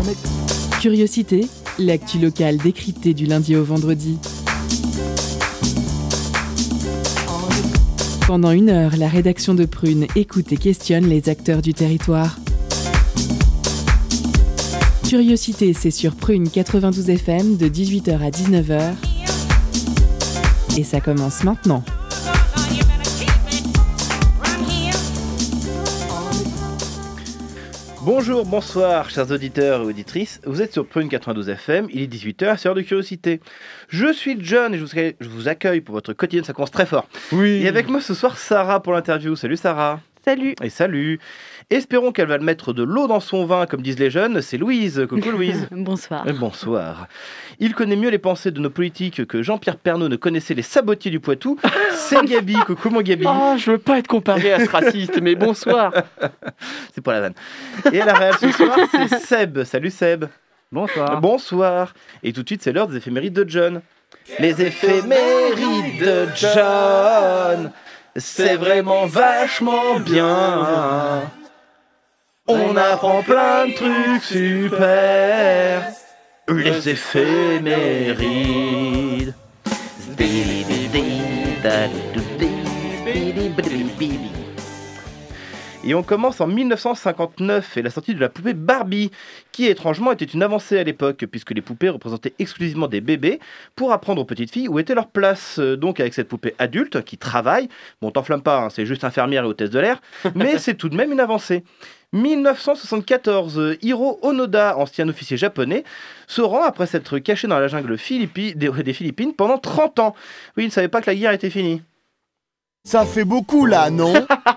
Curiosité, l'actu locale décryptée du lundi au vendredi. Pendant 1 heure, la rédaction de Prune écoute et questionne les acteurs du territoire. Curiosité, c'est sur Prune 92 FM de 18h à 19h. Et ça commence maintenant. Bonjour, bonsoir, chers auditeurs et auditrices. Vous êtes sur Prune 92 FM, il est 18h, c'est l'heure de Curiosité. Je suis John et je vous accueille pour votre quotidien, ça commence très fort. Oui. Et avec moi ce soir, Sarah pour l'interview. Salut Sarah. Salut. Et salut. Espérons qu'elle va mettre de l'eau dans son vin, comme disent les jeunes. C'est Louise. Coucou Louise. Bonsoir. Bonsoir. Il connaît mieux les pensées de nos politiques que Jean-Pierre Pernaut ne connaissait les sabotiers du Poitou. C'est Gabi. Coucou mon Gabi. Oh, je veux pas être comparé à ce raciste, mais bonsoir. C'est pas la vanne. Et à la réal ce soir, c'est Seb. Salut Seb. Bonsoir. Bonsoir. Et tout de suite, c'est l'heure des éphémérides de John. Les éphémérides de John, c'est vraiment vachement bien. On apprend plein de trucs super. Les éphémérides. Et on commence en 1959 et la sortie de la poupée Barbie, qui étrangement était une avancée à l'époque, puisque les poupées représentaient exclusivement des bébés, pour apprendre aux petites filles où était leur place. Donc avec cette poupée adulte qui travaille, bon t'enflamme pas, hein, c'est juste infirmière et hôtesse de l'air, mais c'est tout de même une avancée. 1974, Hiro Onoda, ancien officier japonais, se rend après s'être caché dans la jungle des Philippines pendant 30 ans. Oui, il ne savait pas que la guerre était finie. Ça fait beaucoup là, non?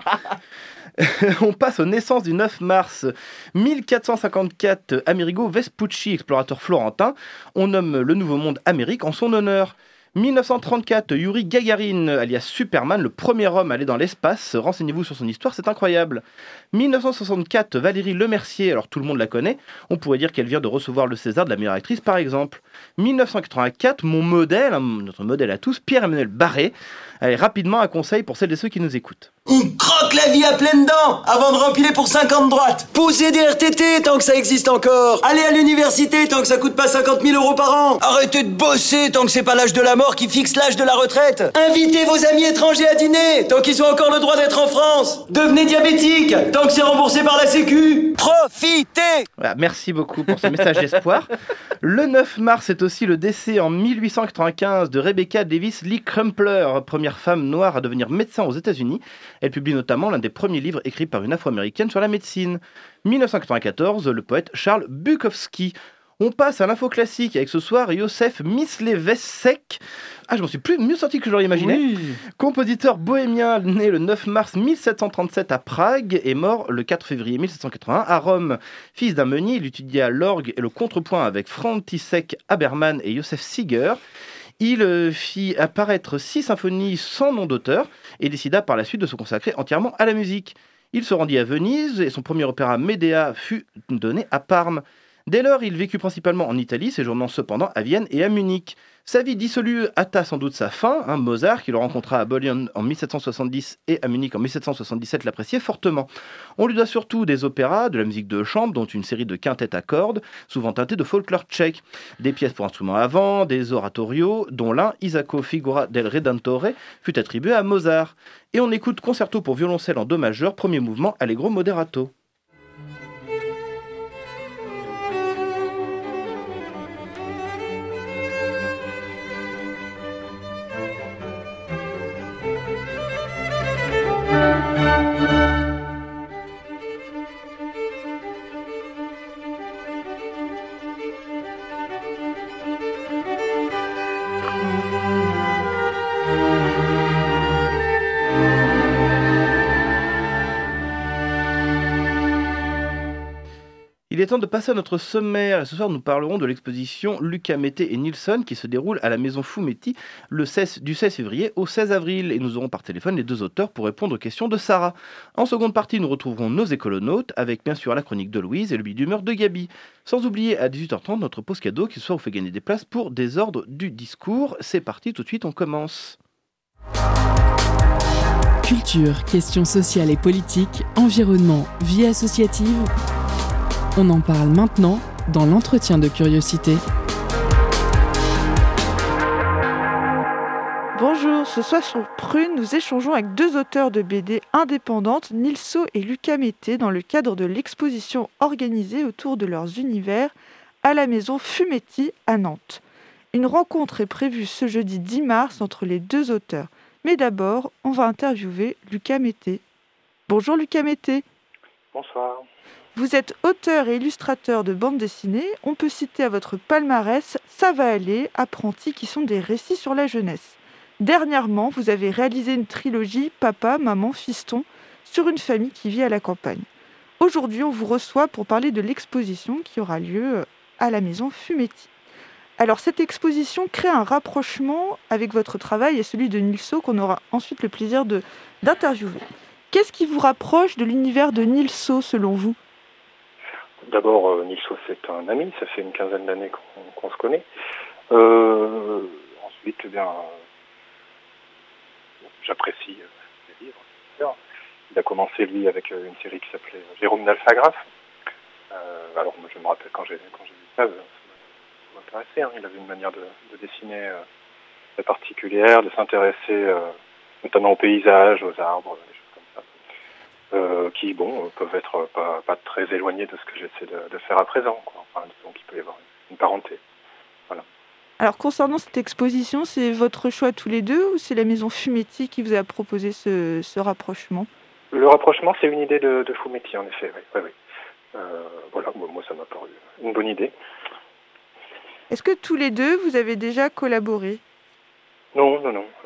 On passe aux naissances du 9 mars 1454. Amerigo Vespucci, explorateur florentin, on nomme le Nouveau Monde Amérique en son honneur. 1934, Yuri Gagarin, alias Superman, le premier homme à aller dans l'espace. Renseignez-vous sur son histoire, c'est incroyable. 1964, Valérie Lemercier, alors tout le monde la connaît, on pourrait dire qu'elle vient de recevoir le César de la meilleure actrice par exemple. 1984, mon modèle, notre modèle à tous, Pierre-Emmanuel Barré. Allez, rapidement un conseil pour celles et ceux qui nous écoutent. On croque la vie à pleines dents avant de rempiler pour 50 droites. Poussez des RTT tant que ça existe encore. Allez à l'université tant que ça coûte pas 50 000 euros par an. Arrêtez de bosser tant que c'est pas l'âge de la mort qui fixe l'âge de la retraite. Invitez vos amis étrangers à dîner tant qu'ils ont encore le droit d'être en France. Devenez diabétique tant que c'est remboursé par la Sécu. Profitez. Voilà, merci beaucoup pour ce message d'espoir. Le 9 mars est aussi le décès en 1895 de Rebecca Davis Lee Crumpler, première femme noire à devenir médecin aux États-Unis. Elle publie notamment l'un des premiers livres écrits par une Afro-américaine sur la médecine. 1994, le poète Charles Bukowski. On passe à l'info classique avec ce soir Józef Mysleweczek. Ah, je m'en suis mieux sorti que je l'aurais imaginé. Oui. Compositeur bohémien né le 9 mars 1737 à Prague et mort le 4 février 1781 à Rome. Fils d'un meunier, il étudia l'orgue et le contrepoint avec František Haberman et Josef Siger. Il fit apparaître 6 symphonies sans nom d'auteur et décida par la suite de se consacrer entièrement à la musique. Il se rendit à Venise et son premier opéra Médéah fut donné à Parme. Dès lors, il vécut principalement en Italie, séjournant cependant à Vienne et à Munich. Sa vie dissolue hâta sans doute sa fin. Mozart, qui le rencontra à Bologna en 1770 et à Munich en 1777, l'appréciait fortement. On lui doit surtout des opéras, de la musique de chambre, dont une série de quintettes à cordes, souvent teintées de folklore tchèque, des pièces pour instruments à vent, des oratorios, dont l'un, Isacco Figura del Redentore, fut attribué à Mozart. Et on écoute Concerto pour violoncelle en do majeur, premier mouvement, Allegro moderato. Il est temps de passer à notre sommaire. Et ce soir, nous parlerons de l'exposition Luca Mété et Nilsson qui se déroule à la Maison Fumetti du 16 février au 16 avril. Et nous aurons par téléphone les deux auteurs pour répondre aux questions de Sarah. En seconde partie, nous retrouverons nos écolonautes avec bien sûr la chronique de Louise et le billet d'humeur de Gabi. Sans oublier à 18h30 notre pause cadeau qui ce soir vous fait gagner des places pour Désordre du discours. C'est parti, tout de suite on commence. Culture, questions sociales et politiques, environnement, vie associative. On en parle maintenant dans l'entretien de curiosité. Bonjour, ce soir sur Prune, nous échangeons avec deux auteurs de BD indépendantes, Nilso et Lucas Mété, dans le cadre de l'exposition organisée autour de leurs univers à la maison Fumetti à Nantes. Une rencontre est prévue ce jeudi 10 mars entre les deux auteurs. Mais d'abord, on va interviewer Lucas Mété. Bonjour Lucas Mété. Bonsoir. Vous êtes auteur et illustrateur de bande dessinée. On peut citer à votre palmarès Ça va aller, Apprenti, qui sont des récits sur la jeunesse. Dernièrement, vous avez réalisé une trilogie Papa, Maman, Fiston sur une famille qui vit à la campagne. Aujourd'hui, on vous reçoit pour parler de l'exposition qui aura lieu à la maison Fumetti. Alors, cette exposition crée un rapprochement avec votre travail et celui de Nilso qu'on aura ensuite le plaisir d'interviewer. Qu'est-ce qui vous rapproche de l'univers de Nilso, selon vous ? D'abord, Nilso, c'est un ami. Ça fait une quinzaine d'années qu'on se connaît. Ensuite, eh bien... j'apprécie les livres. Il a commencé, lui, avec une série qui s'appelait Jérôme d'Alphagraphe. Alors, moi, je me rappelle quand j'ai lu ça m'intéressait. Il avait une manière de dessiner très particulière, de s'intéresser notamment aux paysages, aux arbres, des choses comme ça, qui, peuvent être pas très éloignés de ce que j'essaie de faire à présent, quoi. Enfin, donc, il peut y avoir une parenté. Voilà. Alors, concernant cette exposition, c'est votre choix tous les deux ou c'est la maison Fumetti qui vous a proposé ce rapprochement ? Le rapprochement, c'est une idée de Fumetti, en effet. Oui. Voilà, moi, ça m'a paru une bonne idée. Est-ce que tous les deux, vous avez déjà collaboré ? Non.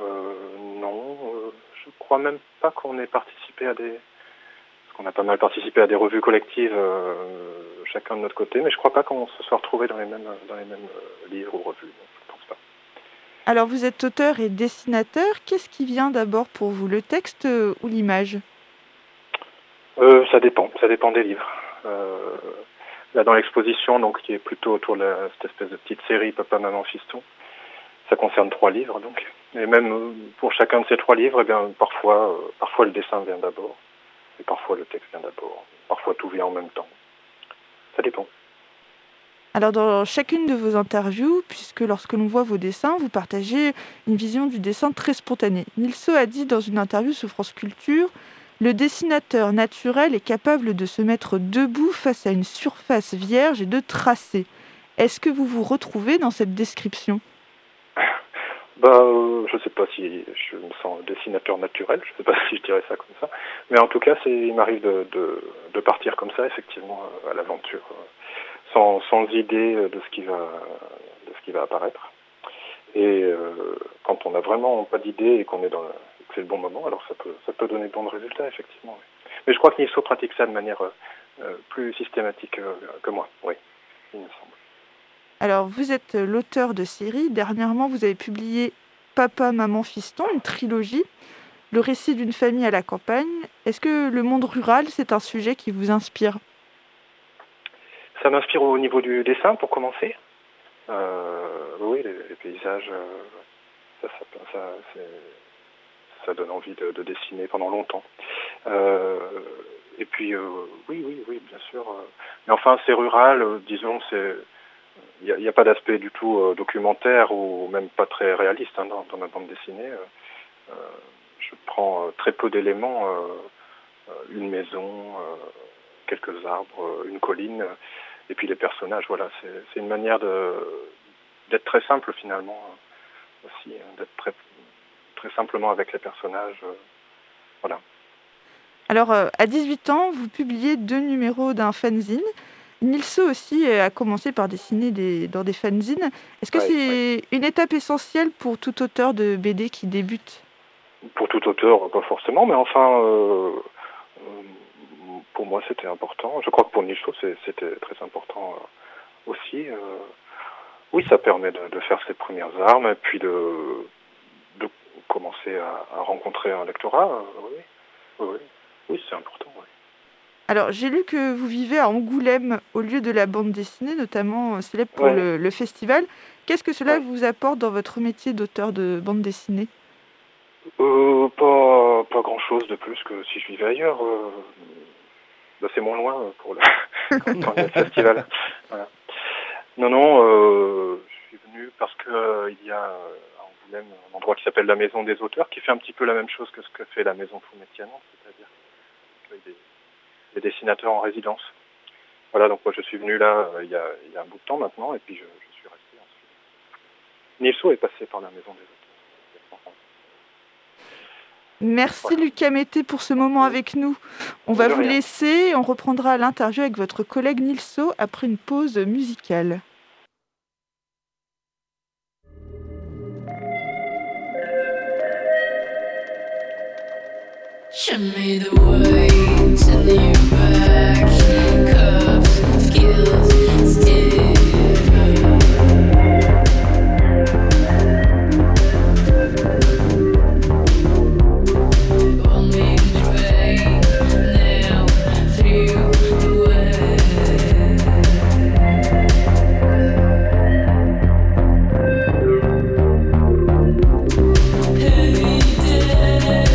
Je crois même pas qu'on ait participé à des... Parce qu'on a pas mal participé à des revues collectives, chacun de notre côté, mais je crois pas qu'on se soit retrouvés dans les mêmes livres ou revues. Je pense pas. Alors, vous êtes auteur et dessinateur. Qu'est-ce qui vient d'abord pour vous, le texte ou l'image ? Ça dépend des livres. Là, dans l'exposition, donc, qui est plutôt autour de cette espèce de petite série Papa, Maman, Fiston, ça concerne 3 livres, donc. Et même pour chacun de ces 3 livres, eh bien, parfois le dessin vient d'abord, et parfois le texte vient d'abord. Parfois tout vient en même temps. Ça dépend. Alors, dans chacune de vos interviews, puisque lorsque l'on voit vos dessins, vous partagez une vision du dessin très spontanée. Nilso a dit dans une interview sur France Culture: « Le dessinateur naturel est capable de se mettre debout face à une surface vierge et de tracer. » Est-ce que vous vous retrouvez dans cette description ? Je ne sais pas si je me sens dessinateur naturel, je ne sais pas si je dirais ça comme ça, mais en tout cas, il m'arrive de partir comme ça, effectivement, à l'aventure, sans idée de ce qui va apparaître. Et quand on n'a vraiment pas d'idée et que c'est le bon moment, alors ça peut donner de bons résultats, effectivement. Oui. Mais je crois que Nilso pratique ça de manière plus systématique que moi, oui, il me semble. Alors, vous êtes l'auteur de séries. Dernièrement, vous avez publié Papa, Maman, Fiston, une trilogie, le récit d'une famille à la campagne. Est-ce que le monde rural, c'est un sujet qui vous inspire ? Ça m'inspire au niveau du dessin, pour commencer. Oui, les paysages, ça donne envie de dessiner pendant longtemps. Et puis, oui, bien sûr. Mais enfin, c'est rural, disons, il n'y a pas d'aspect du tout documentaire ou même pas très réaliste dans ma bande dessinée. Je prends très peu d'éléments, une maison, quelques arbres, une colline, et puis les personnages. Voilà, c'est une manière d'être très simple finalement aussi, d'être très très simplement avec les personnages. Voilà. Alors, à 18 ans, vous publiez 2 numéros d'un fanzine. Nilso aussi a commencé par dessiner dans des fanzines. Est-ce que c'est une étape essentielle pour tout auteur de BD qui débute ? Pour tout auteur, pas forcément, mais enfin, pour moi, c'était important. Je crois que pour Nilso, c'était très important aussi. Oui, ça permet de faire ses premières armes et puis de commencer à rencontrer un lectorat. Oui, c'est important. Oui. Alors, j'ai lu que vous vivez à Angoulême, au lieu de la bande dessinée, notamment célèbre pour le festival. Qu'est-ce que cela vous apporte dans votre métier d'auteur de bande dessinée ? Pas grand-chose de plus que si je vivais ailleurs. C'est moins loin pour quand il y a le festival. Voilà. Non, je suis venu parce que il y a à Angoulême un endroit qui s'appelle la Maison des Auteurs, qui fait un petit peu la même chose que ce que fait la Maison Foumetiana, c'est-à-dire qu'il y a des dessinateurs en résidence. Voilà, donc moi je suis venu là il y a un bout de temps maintenant, et puis je suis resté ensuite. Nilso est passé par la Maison des Auteurs. Merci Voilà. Lucas Mété pour ce moment avec nous. On va De vous rien. laisser et on reprendra l'interview avec votre collègue Nilso après une pause musicale. Show me the way to the back, cups, skills, still. On me train now through the way. Every day.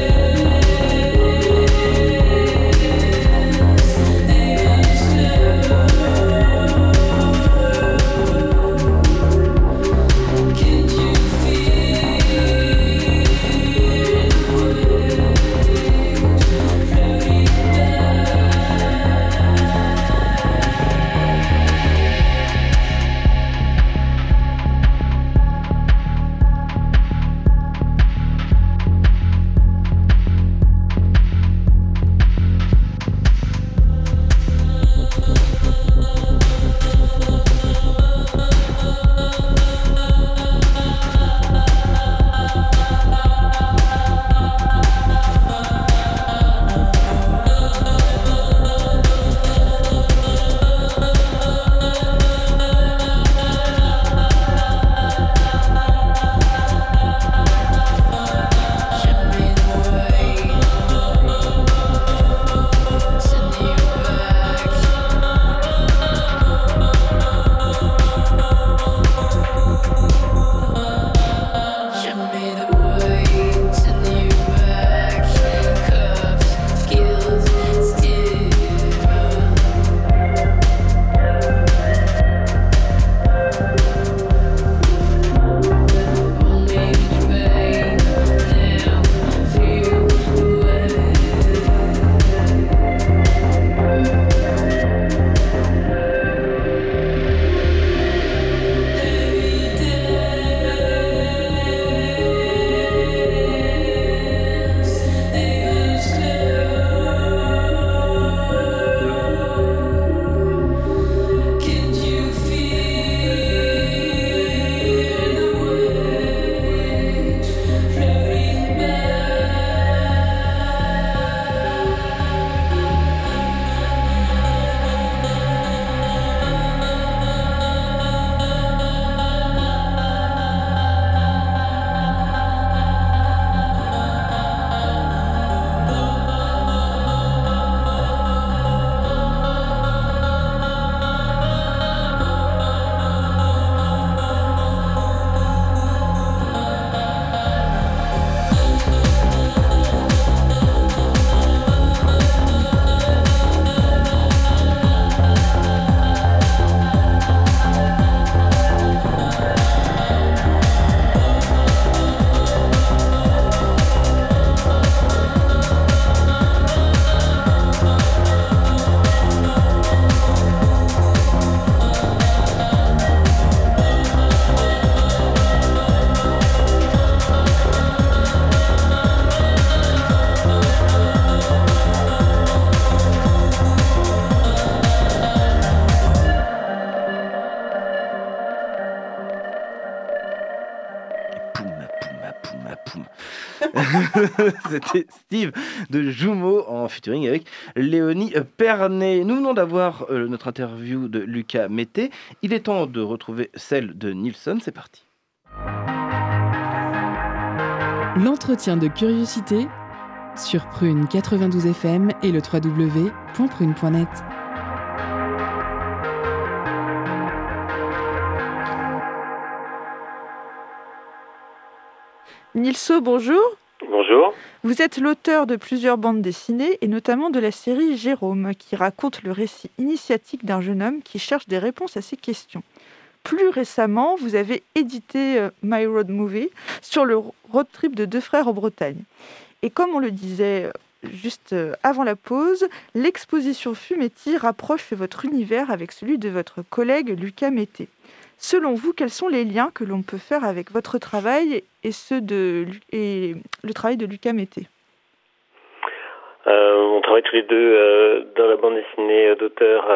C'était Steve de Jumeau en featuring avec Léonie Pernet. Nous venons d'avoir notre interview de Lucas Mété. Il est temps de retrouver celle de Nilsson. C'est parti. L'entretien de curiosité sur Prune 92 FM et le www.prune.net. Nilso, bonjour. Bonjour. Vous êtes l'auteur de plusieurs bandes dessinées et notamment de la série Jérôme, qui raconte le récit initiatique d'un jeune homme qui cherche des réponses à ses questions. Plus récemment, vous avez édité My Road Movie sur le road trip de deux frères en Bretagne. Et comme on le disait juste avant la pause, l'exposition Fumetti rapproche votre univers avec celui de votre collègue Lucas Mété. Selon vous, quels sont les liens que l'on peut faire avec votre travail et le travail de Lucas Mété? On travaille tous les deux dans la bande dessinée d'auteur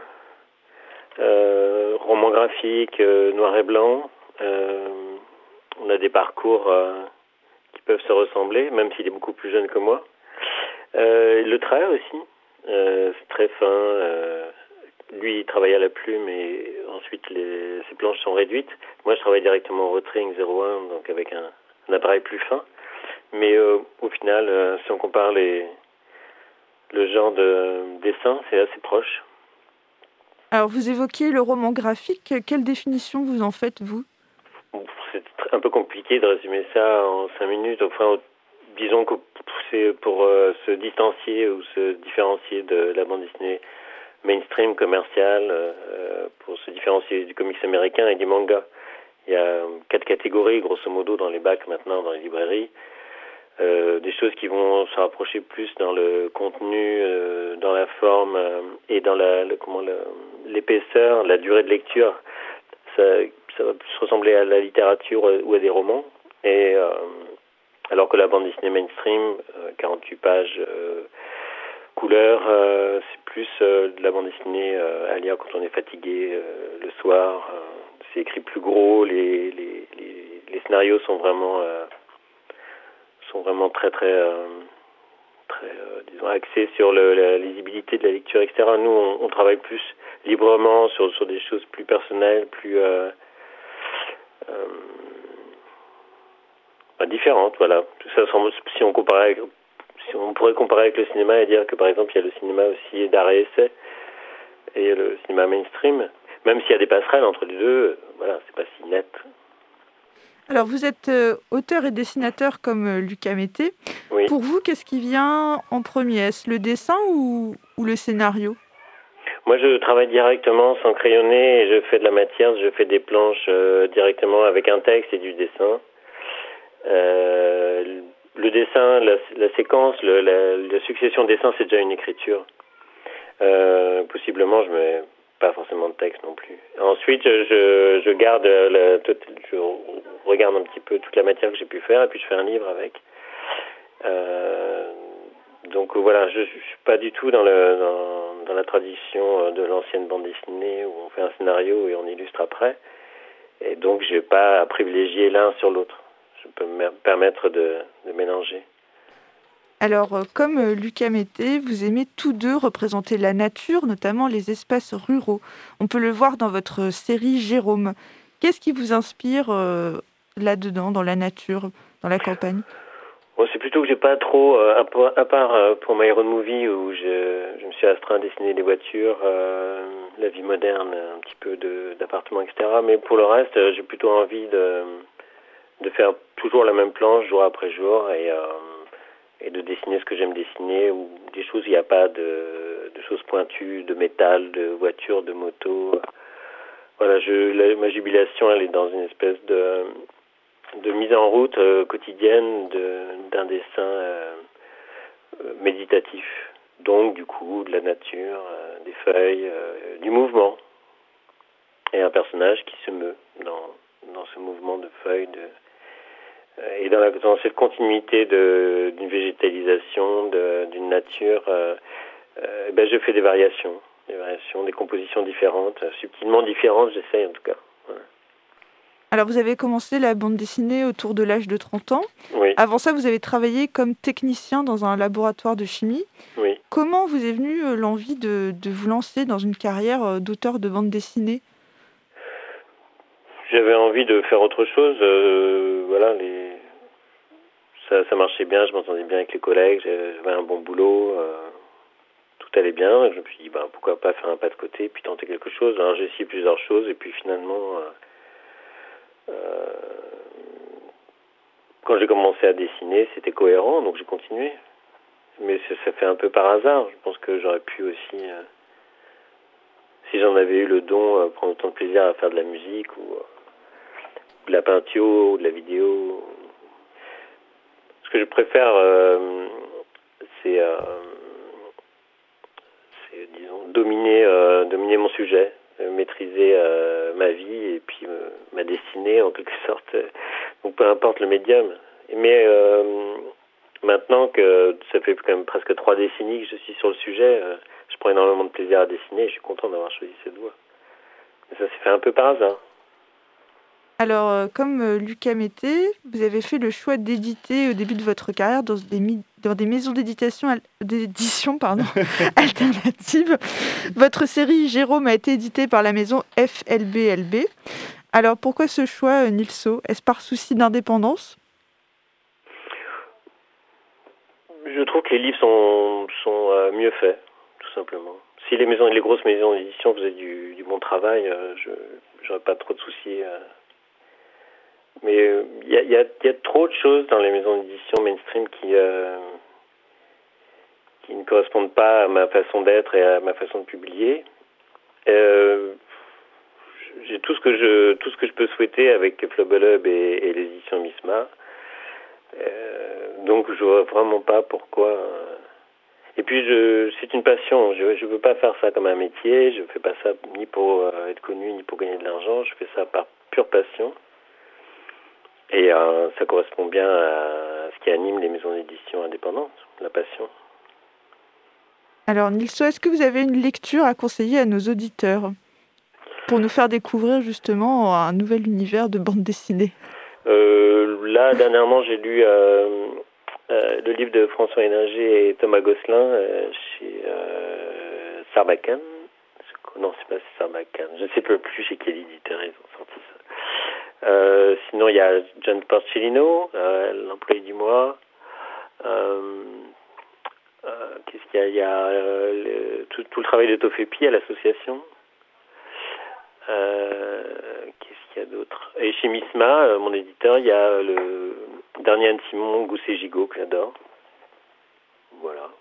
roman graphique, noir et blanc. On a des parcours qui peuvent se ressembler, même s'il est beaucoup plus jeune que moi. Le trait aussi, c'est très fin. Lui, il travaille à la plume et ensuite ses planches sont réduites. Moi, je travaille directement au Rotring 01, donc avec un appareil plus fin. Mais au final, si on compare le genre de dessin, c'est assez proche. Alors, vous évoquiez le roman graphique. Quelle définition vous en faites, vous? C'est un peu compliqué de résumer ça en 5 minutes. Enfin, disons que c'est pour se distancier ou se différencier de la bande dessinée mainstream commercial, pour se différencier du comics américain et du manga. Il y a 4 catégories, grosso modo, dans les bacs maintenant, dans les librairies. Des choses qui vont se rapprocher plus dans le contenu, dans la forme et dans l'épaisseur, la durée de lecture. Ça va plus ressembler à la littérature ou à des romans. Et alors que la bande dessinée mainstream, 48 pages, couleur, c'est plus de la bande dessinée à lire quand on est fatigué le soir. C'est écrit plus gros, les scénarios sont vraiment très disons axés sur la lisibilité de la lecture, etc. Nous, on travaille plus librement sur des choses plus personnelles, plus différentes, voilà. Tout ça, si on pourrait comparer avec le cinéma et dire que, par exemple, il y a le cinéma aussi d'art et essai et le cinéma mainstream, même s'il y a des passerelles entre les deux, voilà, c'est pas si net. Alors, vous êtes auteur et dessinateur comme Lucas Mété. Oui. Pour vous, qu'est-ce qui vient en premier? Est-ce le dessin ou le scénario? Moi, je travaille directement sans crayonner et je fais de la matière, je fais des planches directement avec un texte et du dessin. Le dessin, la séquence, la succession de dessins, c'est déjà une écriture. Possiblement, je mets pas forcément de texte non plus. Ensuite, je garde, je regarde un petit peu toute la matière que j'ai pu faire et puis je fais un livre avec. Donc voilà, je suis pas du tout dans la tradition de l'ancienne bande dessinée où on fait un scénario et on illustre après. Et donc, je n'ai pas à privilégier l'un sur l'autre. Je peux me permettre de mélanger. Alors, comme Lucas Mété, vous aimez tous deux représenter la nature, notamment les espaces ruraux. On peut le voir dans votre série Jérôme. Qu'est-ce qui vous inspire là-dedans, dans la nature, dans la campagne? Bon, c'est plutôt que j'ai pas trop, à part pour My Road Movie où je me suis astreint à dessiner des voitures, la vie moderne, un petit peu d'appartements, etc. Mais pour le reste, j'ai plutôt envie de faire toujours la même planche jour après jour et de dessiner ce que j'aime dessiner ou des choses où il n'y a pas de choses pointues, de métal, de voitures, de motos. Voilà, ma jubilation, elle est dans une espèce de mise en route quotidienne d'un dessin méditatif. Donc, du coup, de la nature, des feuilles, du mouvement. Et un personnage qui se meut dans ce mouvement de feuilles. Et dans cette continuité d'une végétalisation, d'une nature, je fais des variations, des compositions différentes, subtilement différentes, j'essaye en tout cas. Voilà. Alors, vous avez commencé la bande dessinée autour de l'âge de 30 ans. Oui. Avant ça, vous avez travaillé comme technicien dans un laboratoire de chimie. Oui. Comment vous est venue l'envie de vous lancer dans une carrière d'auteur de bande dessinée? J'avais envie de faire autre chose. Voilà, ça marchait bien, je m'entendais bien avec les collègues, j'avais un bon boulot, tout allait bien. Je me suis dit, pourquoi pas faire un pas de côté puis tenter quelque chose. Alors j'ai essayé plusieurs choses et puis finalement, quand j'ai commencé à dessiner, c'était cohérent, donc j'ai continué. Mais ça fait un peu par hasard. Je pense que j'aurais pu aussi, si j'en avais eu le don, prendre autant de plaisir à faire de la musique ou de la peinture ou de la vidéo. Ce que je préfère, c'est disons, dominer mon sujet, maîtriser ma vie et puis ma destinée en quelque sorte. Donc peu importe le médium. Mais maintenant que ça fait quand même presque 3 décennies que je suis sur le sujet, je prends énormément de plaisir à dessiner et je suis content d'avoir choisi cette voie. Mais ça s'est fait un peu par hasard. Alors, comme Lucas Mété, vous avez fait le choix d'éditer au début de votre carrière dans des maisons d'édition alternatives. Votre série Jérôme a été éditée par la maison FLBLB. Alors, pourquoi ce choix, Nilso? Est-ce par souci d'indépendance? Je trouve que les livres sont mieux faits, tout simplement. Si les grosses maisons d'édition faisaient du bon travail, j'aurais pas trop de soucis. Mais il y a trop de choses dans les maisons d'édition mainstream qui ne correspondent pas à ma façon d'être et à ma façon de publier. J'ai tout ce que je peux souhaiter avec Flubberlub et les éditions Misma. Donc je vois vraiment pas pourquoi. Et puis c'est une passion. Je veux pas faire ça comme un métier. Je fais pas ça ni pour être connu ni pour gagner de l'argent. Je fais ça par pure passion. Et ça correspond bien à ce qui anime les maisons d'édition indépendantes, la passion. Alors Nilso, est-ce que vous avez une lecture à conseiller à nos auditeurs pour nous faire découvrir justement un nouvel univers de bande dessinée? Là, dernièrement, j'ai lu le livre de François Héninger et Thomas Gosselin chez Sarbacane. Non, c'est pas Sarbacane. Je ne sais plus chez quel éditeur ils ont sorti ça. Sinon, il y a John Porcellino, l'employé du mois. Qu'est-ce qu'il y a? Il y a tout le travail de Tofepi à l'association. Qu'est-ce qu'il y a d'autre? Et chez Misma, mon éditeur, il y a le dernier Anne Simon, Gousse et Gigot, que j'adore. Voilà.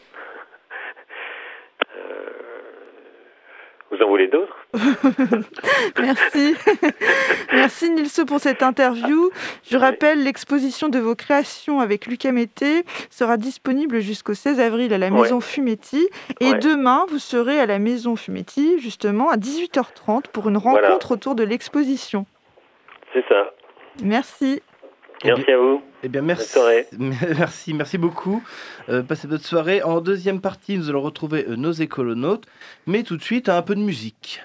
Vous en voulez d'autres? Merci. Merci Nilso pour cette interview. Je rappelle, l'exposition de vos créations avec Lucas Mété sera disponible jusqu'au 16 avril à la Maison Fumetti. Et demain, vous serez à la Maison Fumetti, justement, à 18h30 pour une rencontre autour de l'exposition. C'est ça. Merci. Merci à vous. Eh bien, merci. Bonne soirée. Merci beaucoup. Passez votre soirée. En deuxième partie, nous allons retrouver nos écolonautes, mais tout de suite, un peu de musique.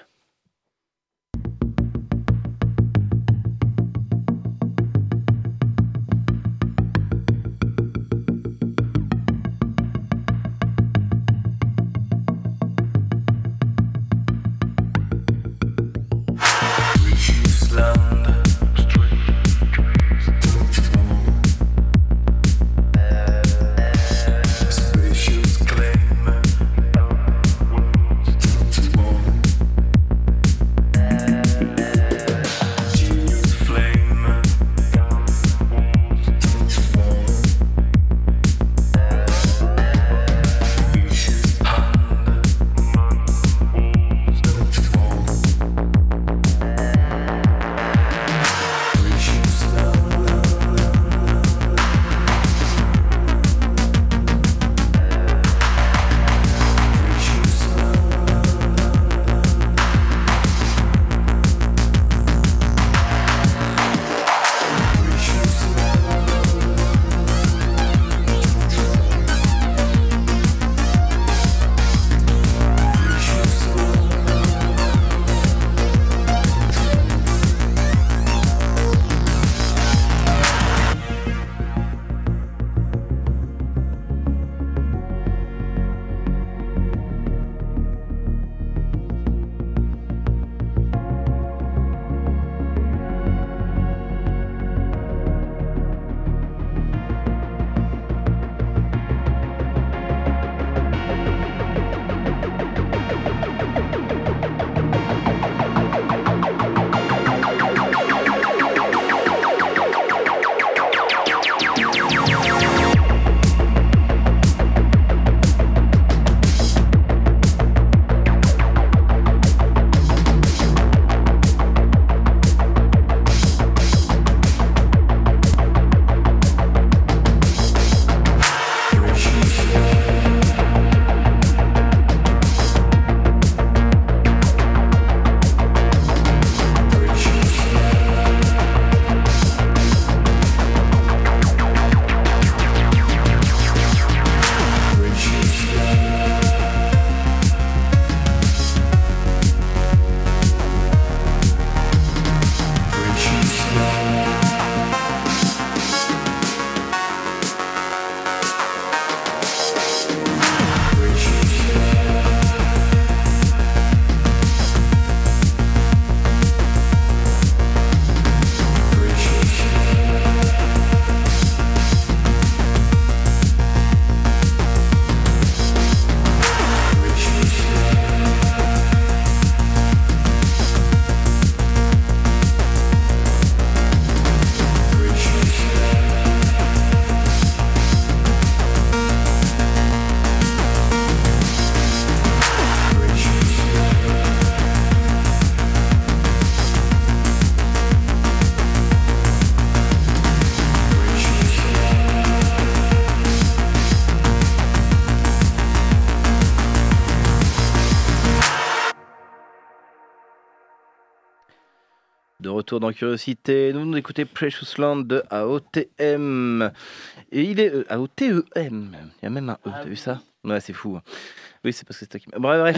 De retour dans Curiosité, nous écoutez Precious Land de AOTM. Et il est AOTEM, il y a même un E, t'as vu ça? Ouais, c'est fou. Oui, c'est parce que c'est toi qui Bref.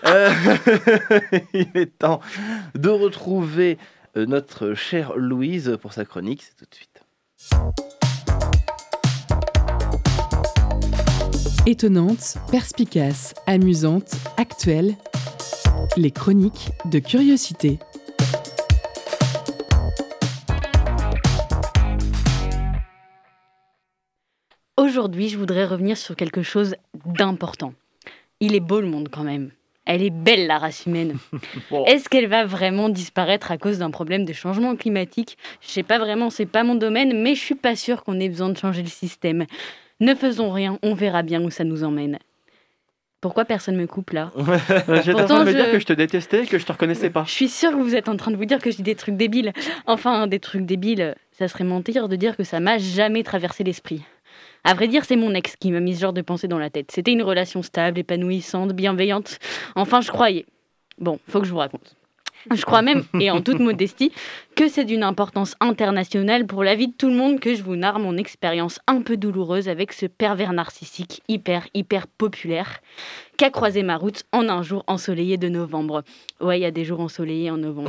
Il est temps de retrouver notre chère Louise pour sa chronique, c'est tout de suite. Étonnante, perspicace, amusante, actuelle, les chroniques de Curiosité. Aujourd'hui, je voudrais revenir sur quelque chose d'important. Il est beau le monde quand même. Elle est belle la race humaine. Bon. Est-ce qu'elle va vraiment disparaître à cause d'un problème de changement climatique? Je sais pas vraiment, c'est pas mon domaine, mais je suis pas sûre qu'on ait besoin de changer le système. Ne faisons rien, on verra bien où ça nous emmène. Pourquoi personne me coupe là? J'étais en train de me dire que je te détestais, que je te reconnaissais pas. Je suis sûre que vous êtes en train de vous dire que je dis des trucs débiles. Enfin, des trucs débiles, ça serait mentir de dire que ça m'a jamais traversé l'esprit. À vrai dire, c'est mon ex qui m'a mis ce genre de pensée dans la tête. C'était une relation stable, épanouissante, bienveillante. Enfin, je croyais. Bon, faut que je vous raconte. Je crois même, et en toute modestie, que c'est d'une importance internationale pour la vie de tout le monde que je vous narre mon expérience un peu douloureuse avec ce pervers narcissique hyper populaire qu'a croisé ma route en un jour ensoleillé de novembre. Ouais, il y a des jours ensoleillés en novembre.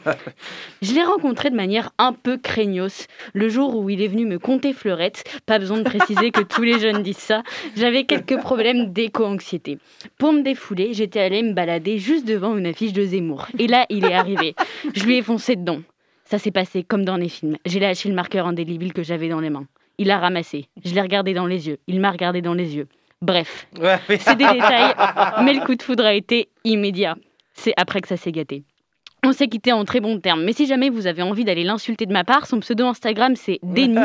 Je l'ai rencontré de manière un peu craignos le jour où il est venu me conter fleurette. Pas besoin de préciser que tous les jeunes disent ça. J'avais quelques problèmes d'éco-anxiété. Pour me défouler, j'étais allée me balader juste devant une affiche de Zemmour. Et là, il est arrivé. Je lui ai foncé dedans. Ça s'est passé comme dans les films. J'ai lâché le marqueur indélébile que j'avais dans les mains. Il l'a ramassé. Je l'ai regardé dans les yeux. Il m'a regardé dans les yeux. Bref, c'est des détails, mais le coup de foudre a été immédiat. C'est après que ça s'est gâté. On s'est quitté en très bons termes, mais si jamais vous avez envie d'aller l'insulter de ma part, son pseudo Instagram c'est Déni,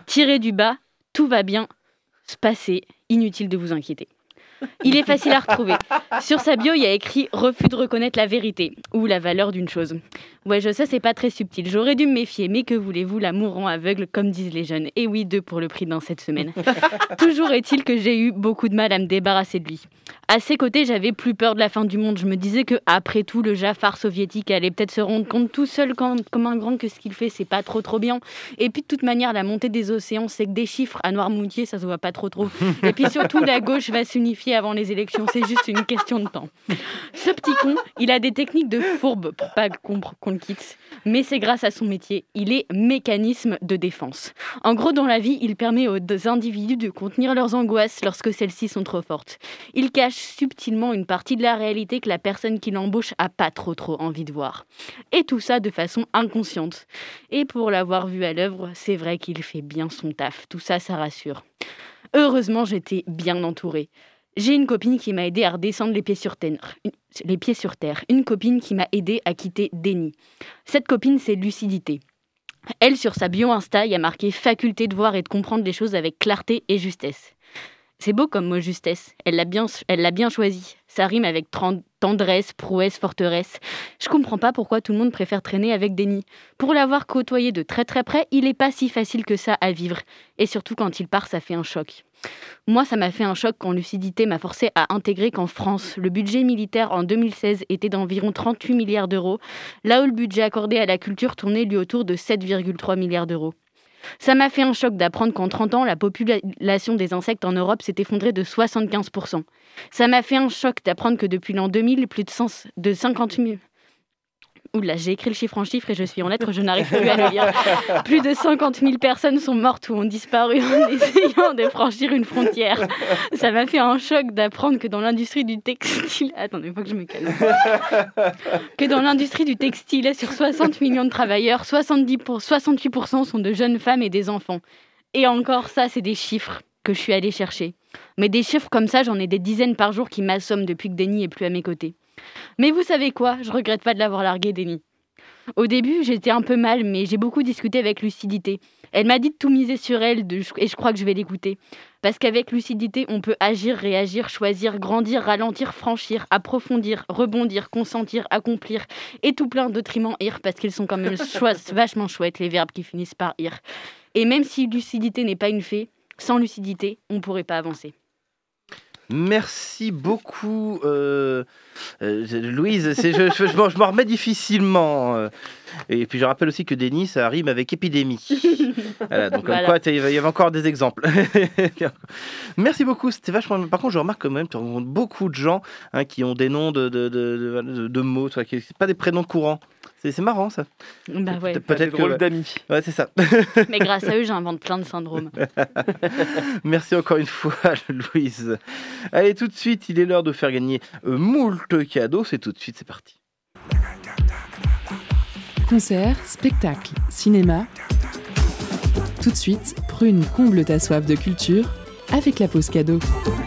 _, tout va bien se passer, inutile de vous inquiéter. Il est facile à retrouver. Sur sa bio, il y a écrit « Refus de reconnaître la vérité » ou « La valeur d'une chose ». Ouais, je sais, c'est pas très subtil. J'aurais dû me méfier, mais que voulez-vous, l'amour rend aveugle, comme disent les jeunes. Et oui, 2 pour le prix d'un cette semaine. Toujours est-il que j'ai eu beaucoup de mal à me débarrasser de lui. À ses côtés, j'avais plus peur de la fin du monde. Je me disais que, après tout, le Jafar soviétique allait peut-être se rendre compte tout seul comme un grand que ce qu'il fait, c'est pas trop bien. Et puis, de toute manière, la montée des océans, c'est que des chiffres à Noirmoutier, ça se voit pas trop. Et puis surtout, la gauche va s'unifier avant les élections. C'est juste une question de temps. Ce petit con, il a des techniques de fourbe pour pas qu'on le quitte. Mais c'est grâce à son métier. Il est mécanisme de défense. En gros, dans la vie, il permet aux individus de contenir leurs angoisses lorsque celles-ci sont trop fortes. Il cache subtilement une partie de la réalité que la personne qui l'embauche a pas trop envie de voir. Et tout ça de façon inconsciente. Et pour l'avoir vu à l'œuvre, c'est vrai qu'il fait bien son taf. Tout ça, ça rassure. Heureusement, j'étais bien entourée. J'ai une copine qui m'a aidée à redescendre les pieds sur terre. Une copine qui m'a aidée à quitter Déni. Cette copine, c'est Lucidité. Elle, sur sa bio Insta, y a marqué « faculté de voir et de comprendre les choses avec clarté et justesse ». C'est beau comme mot justesse. Elle l'a bien choisi. Ça rime avec tendresse, prouesse, forteresse. Je comprends pas pourquoi tout le monde préfère traîner avec Déni. Pour l'avoir côtoyé de très près, il est pas si facile que ça à vivre. Et surtout quand il part, ça fait un choc. Moi, ça m'a fait un choc quand Lucidité m'a forcé à intégrer qu'en France, le budget militaire en 2016 était d'environ 38 milliards d'euros, là où le budget accordé à la culture tournait lui autour de 7,3 milliards d'euros. Ça m'a fait un choc d'apprendre qu'en 30 ans, la population des insectes en Europe s'est effondrée de 75%. Ça m'a fait un choc d'apprendre que depuis l'an 2000, plus de 50 000... Oula, j'ai écrit le chiffre en chiffres et je suis en lettres, je n'arrive plus à le lire. Plus de 50 000 personnes sont mortes ou ont disparu en essayant de franchir une frontière. Ça m'a fait un choc d'apprendre que dans l'industrie du textile... Attendez, il faut que je me calme. Que dans l'industrie du textile, sur 60 millions de travailleurs, 68% sont de jeunes femmes et des enfants. Et encore, ça, c'est des chiffres que je suis allée chercher. Mais des chiffres comme ça, j'en ai des dizaines par jour qui m'assomment depuis que Déni est plus à mes côtés. Mais vous savez quoi? Je regrette pas de l'avoir largué, Déni. Au début, j'étais un peu mal, mais j'ai beaucoup discuté avec Lucidité. Elle m'a dit de tout miser sur elle, et je crois que je vais l'écouter. Parce qu'avec Lucidité, on peut agir, réagir, choisir, grandir, ralentir, franchir, approfondir, rebondir, consentir, accomplir, et tout plein d'autres rimes en ir, parce qu'ils sont quand même vachement chouettes, les verbes qui finissent par ir. Et même si Lucidité n'est pas une fée, sans Lucidité, on ne pourrait pas avancer. Merci beaucoup Louise, je m'en remets difficilement. Et puis je rappelle aussi que Denis, ça rime avec épidémie. Voilà, donc comme quoi, il y avait encore des exemples. Merci beaucoup, c'était vachement... Par contre, je remarque quand même, tu rencontres beaucoup de gens qui ont des noms de mots, qui c'est pas des prénoms courants. C'est marrant, ça. Bah ouais. Peut-être que... drôle d'amis. Ouais, c'est ça. Mais grâce à eux, j'invente plein de syndromes. Merci encore une fois, Louise. Allez, tout de suite, il est l'heure de faire gagner moult cadeaux. C'est tout de suite, c'est parti. Concert, spectacle, cinéma. Tout de suite, Prune comble ta soif de culture avec la pause cadeau.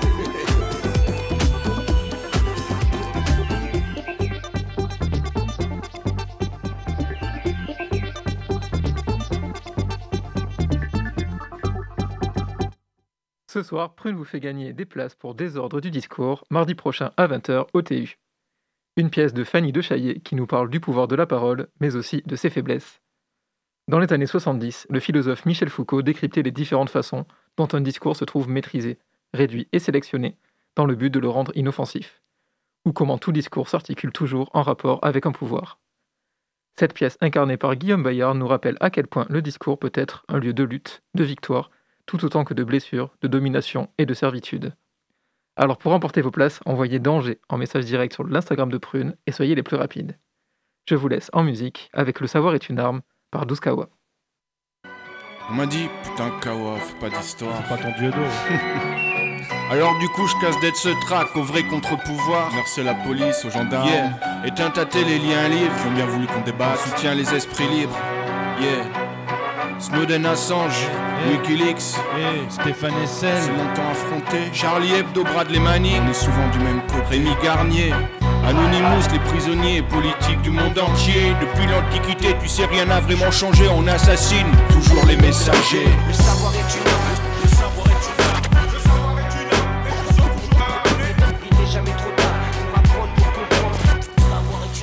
Ce soir, Prune vous fait gagner des places pour Désordre du discours, mardi prochain à 20h au TU. Une pièce de Fanny de Chaillet qui nous parle du pouvoir de la parole, mais aussi de ses faiblesses. Dans les années 70, le philosophe Michel Foucault décryptait les différentes façons dont un discours se trouve maîtrisé, réduit et sélectionné, dans le but de le rendre inoffensif, ou comment tout discours s'articule toujours en rapport avec un pouvoir. Cette pièce incarnée par Guillaume Bayard nous rappelle à quel point le discours peut être un lieu de lutte, de victoire, tout autant que de blessures, de domination et de servitude. Alors pour remporter vos places, envoyez danger en message direct sur l'Instagram de Prune et soyez les plus rapides. Je vous laisse en musique avec Le savoir est une arme par 12 Kawa. On m'a dit, putain Kawa, fais pas d'histoire. C'est pas ton dieu d'eau. Alors du coup je casse d'être ce trac au vrai contre-pouvoir. Merci la police, aux gendarmes. Yeah. Éteins ta télé, lis un livre. Ils ont bien voulu qu'on débatte. Soutiens les esprits libres. Yeah. Snowden, Assange, Wikileaks, Stéphane Hessel, c'est longtemps affronté. Charlie Hebdo, Bradley Manning, on est souvent du même côté. Rémi Garnier, Anonymous, les prisonniers politiques du monde entier. Depuis l'Antiquité, tu sais, rien n'a vraiment changé. On assassine toujours les messagers. Le savoir est une arme, le savoir est une arme, le savoir est une arme. Personne toujours armé. Il n'est jamais trop tard pour apprendre, pour comprendre. Le savoir est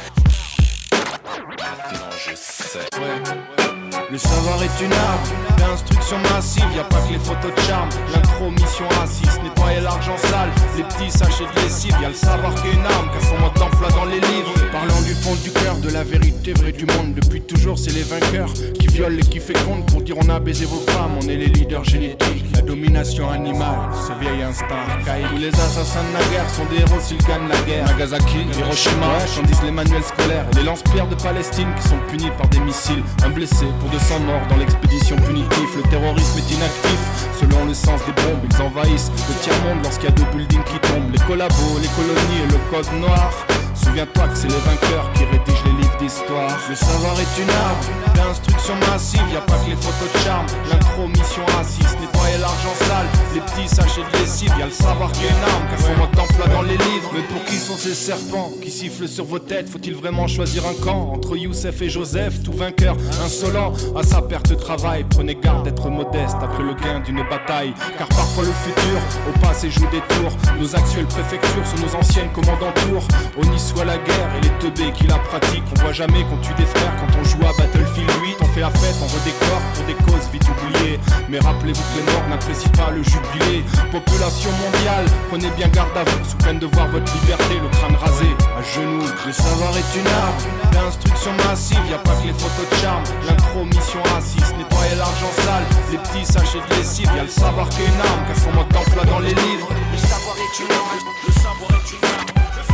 une arme. Non, je sais. Ouais. Le savoir est une arme, d'instruction massive, y a pas que les photos de charme. L'intromission raciste, nettoyer l'argent sale, les petits sachets de lessive. Y a le savoir qui est une arme, qu'à son mode d'emploi dans les livres. Parlant du fond du cœur, de la vérité vraie du monde. Depuis toujours, c'est les vainqueurs qui violent et qui fécondent pour dire on a baisé vos femmes. On est les leaders génétiques, la domination animale, ce vieil instinct archaïque. Tous les assassins de la guerre sont des héros s'ils gagnent la guerre. Nagasaki, Hiroshima, tandis les manuels scolaires. Les lance-pierres de Palestine qui sont punis par des missiles. Un blessé pour 200 morts dans l'expédition punitive. Le terrorisme est inactif, selon le sens des bombes. Ils envahissent le tiers-monde lorsqu'il y a 2 buildings qui tombent. Les collabos, les colonies et le code noir. Souviens-toi que c'est les vainqueurs qui rédigent les livres d'histoire. Le savoir est une arme, d'instruction massive. Y a pas que les photos de charme, l'intromission raciste. Nettoyer l'argent sale, les petits sachets de lessive. Y a le savoir qui est une arme, qu'à son mode d'emploi dans les livres. Mais pour qui sont ces serpents qui sifflent sur vos têtes? Faut-il vraiment choisir un camp entre Youssef et Joseph? Tout vainqueur, insolent, à sa perte de travail. Prenez garde d'être modeste après le gain d'une bataille. Car parfois le futur, au passé joue des tours. Nos actuelles préfectures sont nos anciennes commandantours. On y soit la guerre et les teubés qui la pratiquent. On voit jamais qu'on tue des frères quand on joue à Battlefield 8. On fait la fête, on redécore pour des causes vite oubliées. Mais rappelez-vous que les morts n'apprécient pas le jubilé. Population mondiale, prenez bien garde à vous. Sous peine de voir votre liberté, le crâne rasé, à genoux. Le savoir est une arme, d'instruction massive. Y a pas que les photos de charme, l'intromission raciste. Nettoyer l'argent sale, les petits sachets de lessive. Y a le savoir qui est une arme, qu'à son mode d'emploi dans les livres. Le savoir est une arme, le savoir est une arme.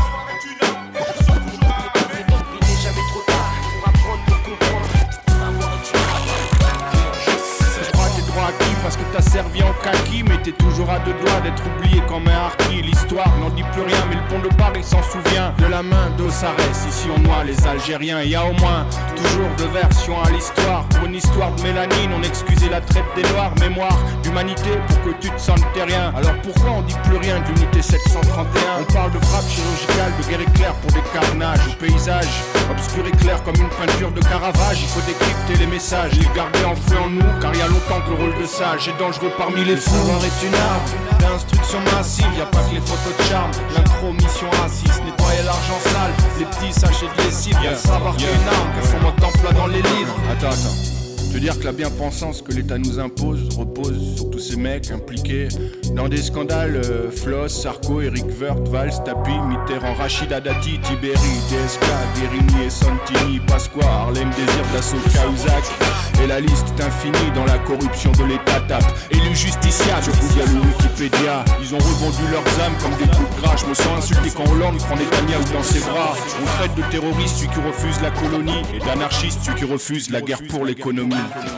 Parce que t'as servi en kaki, mais t'es toujours à 2 doigts d'être oublié comme un harki. L'histoire n'en dit plus rien, mais le pont de Paris s'en souvient. De la main d'Ossarès, ici on noie les Algériens. Y a au moins toujours 2 versions à l'histoire. Pour une histoire de mélanine, on excusait la traite des noirs. Mémoire d'humanité pour que tu te sentes terrien. Alors pourquoi on dit plus rien de l'unité 731? On parle de frappe chirurgicale, de guerre éclair pour des carnages. Au paysage obscur et clair comme une peinture de Caravage. Il faut décrypter les messages, les garder enfouis en nous. Car y a longtemps que le rôle de sage est dangereux parmi les fous. Le savoir est une arme, d'instruction massive. Y a pas que les photos de charme, l'intromission raciste. Nettoyer l'argent sale, les petits sachets de lessive. Y a le savoir qui est une arme, qu'à son mode d'emploi dans les livres. Attends. Je veux dire que la bien-pensance que l'État nous impose repose sur tous ces mecs impliqués dans des scandales Floss, Sarko, Eric Woerth, Valls, Tapi, Me Mitterrand, Rachida Dati, Tiberi, DSK, Guérini et Santini, Pasqua, Harlem, Désir d'Assaut, Cahuzac. Et la liste est infinie dans la corruption de l'État tape. Élu justiciable, je vous le Wikipédia. Ils ont revendu leurs âmes comme des coups de gras. Je me sens insulté quand Hollande prend Netanyahou dans ses bras. On traite de terroriste celui qui refuse la colonie et d'anarchiste celui qui refuse la guerre pour l'économie.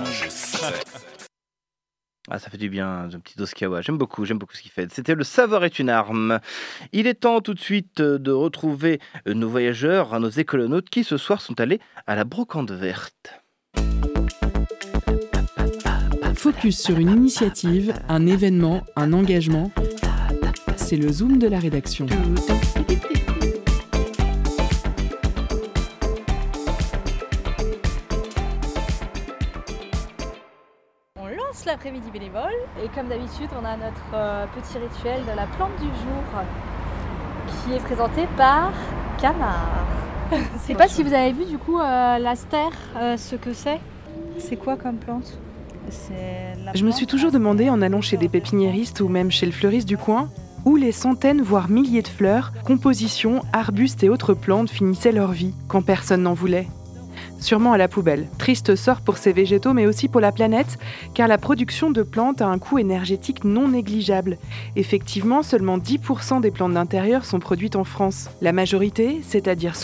Ah, ça fait du bien, un petit Doskawa. J'aime beaucoup ce qu'il fait. C'était Le savoir est une arme. Il est temps tout de suite de retrouver nos voyageurs, nos écolonautes qui ce soir sont allés à la Brocante Verte. Focus sur une initiative, un événement, un engagement. C'est le Zoom de la rédaction. On lance l'après-midi bénévole et comme d'habitude on a notre petit rituel de la plante du jour qui est présenté par Camar. Je sais pas si vous avez vu du coup l'aster, ce que c'est. C'est quoi comme plante? Je me suis toujours demandé en allant chez des pépiniéristes ou même chez le fleuriste du coin où les centaines voire milliers de fleurs, compositions, arbustes et autres plantes finissaient leur vie quand personne n'en voulait. Sûrement à la poubelle. Triste sort pour ces végétaux mais aussi pour la planète car la production de plantes a un coût énergétique non négligeable. Effectivement, seulement 10% des plantes d'intérieur sont produites en France. La majorité, c'est-à-dire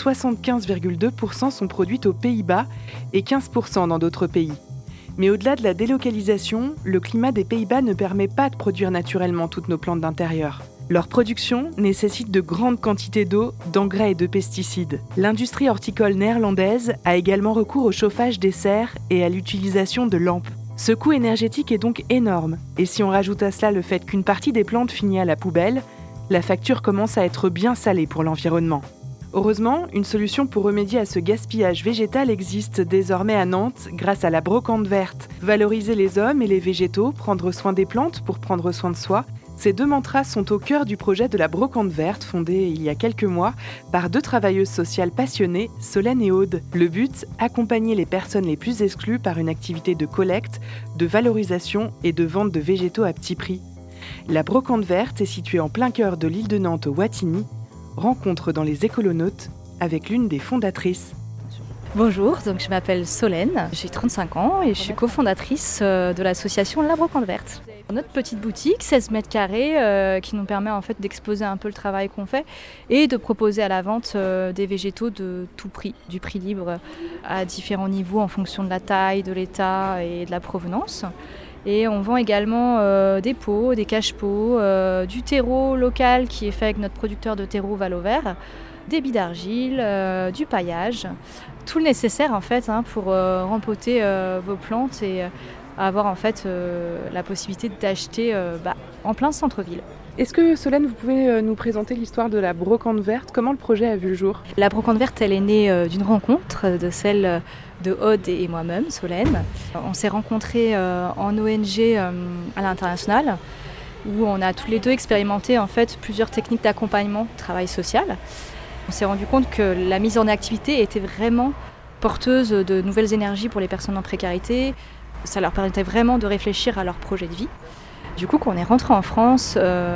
75,2% sont produites aux Pays-Bas et 15% dans d'autres pays. Mais au-delà de la délocalisation, le climat des Pays-Bas ne permet pas de produire naturellement toutes nos plantes d'intérieur. Leur production nécessite de grandes quantités d'eau, d'engrais et de pesticides. L'industrie horticole néerlandaise a également recours au chauffage des serres et à l'utilisation de lampes. Ce coût énergétique est donc énorme. Et si on rajoute à cela le fait qu'une partie des plantes finit à la poubelle, la facture commence à être bien salée pour l'environnement. Heureusement, une solution pour remédier à ce gaspillage végétal existe désormais à Nantes grâce à la Brocante Verte. Valoriser les hommes et les végétaux, prendre soin des plantes pour prendre soin de soi, ces deux mantras sont au cœur du projet de la Brocante Verte, fondée il y a quelques mois par deux travailleuses sociales passionnées, Solène et Aude. Le but, accompagner les personnes les plus exclues par une activité de collecte, de valorisation et de vente de végétaux à petit prix. La Brocante Verte est située en plein cœur de l'île de Nantes au Wattignies. Rencontre dans les écolonautes avec l'une des fondatrices. Bonjour, donc je m'appelle Solène, j'ai 35 ans et je suis cofondatrice de l'association La Brocante Verte. Notre petite boutique, 16 mètres carrés, qui nous permet en fait d'exposer un peu le travail qu'on fait et de proposer à la vente des végétaux de tout prix, du prix libre à différents niveaux en fonction de la taille, de l'état et de la provenance. Et on vend également des pots, des cache-pots, du terreau local qui est fait avec notre producteur de terreau Valovert, des billes d'argile, du paillage, tout le nécessaire en fait pour rempoter vos plantes et avoir en fait la possibilité d'acheter en plein centre-ville. Est-ce que Solène, vous pouvez nous présenter l'histoire de la Brocante Verte? Comment le projet a vu le jour? La Brocante Verte, elle est née d'une rencontre de celle de Aude et moi-même, Solène. On s'est rencontrés en ONG à l'international où on a tous les deux expérimenté en fait plusieurs techniques d'accompagnement, travail social. On s'est rendu compte que la mise en activité était vraiment porteuse de nouvelles énergies pour les personnes en précarité. Ça leur permettait vraiment de réfléchir à leur projet de vie. Du coup, quand on est rentré en France,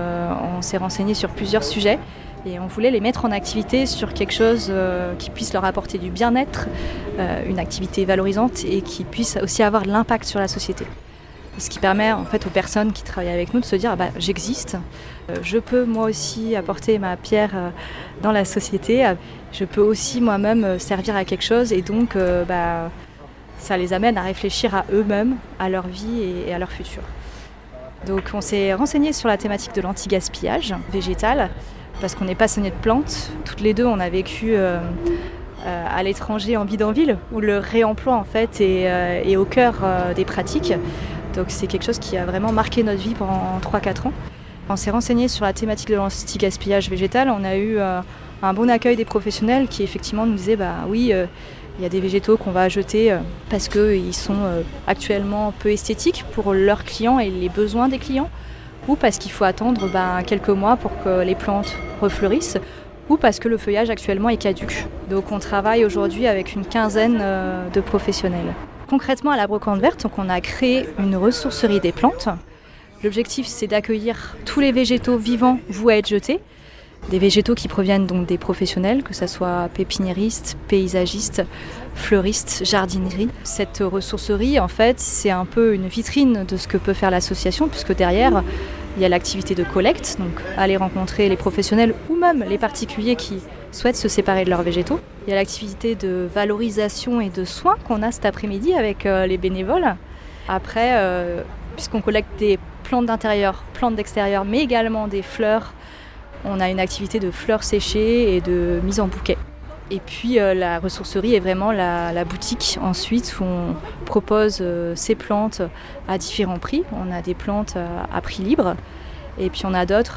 on s'est renseigné sur plusieurs sujets et on voulait les mettre en activité sur quelque chose qui puisse leur apporter du bien-être, une activité valorisante et qui puisse aussi avoir de l'impact sur la société. Ce qui permet en fait aux personnes qui travaillent avec nous de se dire j'existe, je peux moi aussi apporter ma pierre dans la société, je peux aussi moi-même servir à quelque chose et donc ça les amène à réfléchir à eux-mêmes, à leur vie et à leur futur. Donc on s'est renseigné sur la thématique de l'anti-gaspillage végétal parce qu'on est passionnés de plantes. Toutes les deux on a vécu à l'étranger en bidonville où le réemploi en fait est au cœur des pratiques. Donc c'est quelque chose qui a vraiment marqué notre vie pendant 3-4 ans. On s'est renseigné sur la thématique de l'anti-gaspillage végétal. On a eu un bon accueil des professionnels qui effectivement nous disaient oui, il y a des végétaux qu'on va jeter parce qu'ils sont actuellement peu esthétiques pour leurs clients et les besoins des clients, ou parce qu'il faut attendre quelques mois pour que les plantes refleurissent, ou parce que le feuillage actuellement est caduc. Donc on travaille aujourd'hui avec une quinzaine de professionnels. Concrètement, à la Brocante Verte, donc on a créé une ressourcerie des plantes. L'objectif, c'est d'accueillir tous les végétaux vivants voués à être jetés. Des végétaux qui proviennent donc des professionnels, que ce soit pépiniéristes, paysagistes, fleuristes, jardinerie. Cette ressourcerie, en fait, c'est un peu une vitrine de ce que peut faire l'association, puisque derrière, il y a l'activité de collecte, donc aller rencontrer les professionnels ou même les particuliers qui souhaitent se séparer de leurs végétaux. Il y a l'activité de valorisation et de soins qu'on a cet après-midi avec les bénévoles. Après, puisqu'on collecte des plantes d'intérieur, plantes d'extérieur, mais également des fleurs, on a une activité de fleurs séchées et de mise en bouquet. Et puis la ressourcerie est vraiment la boutique ensuite où on propose ces plantes à différents prix. On a des plantes à prix libre et puis on a d'autres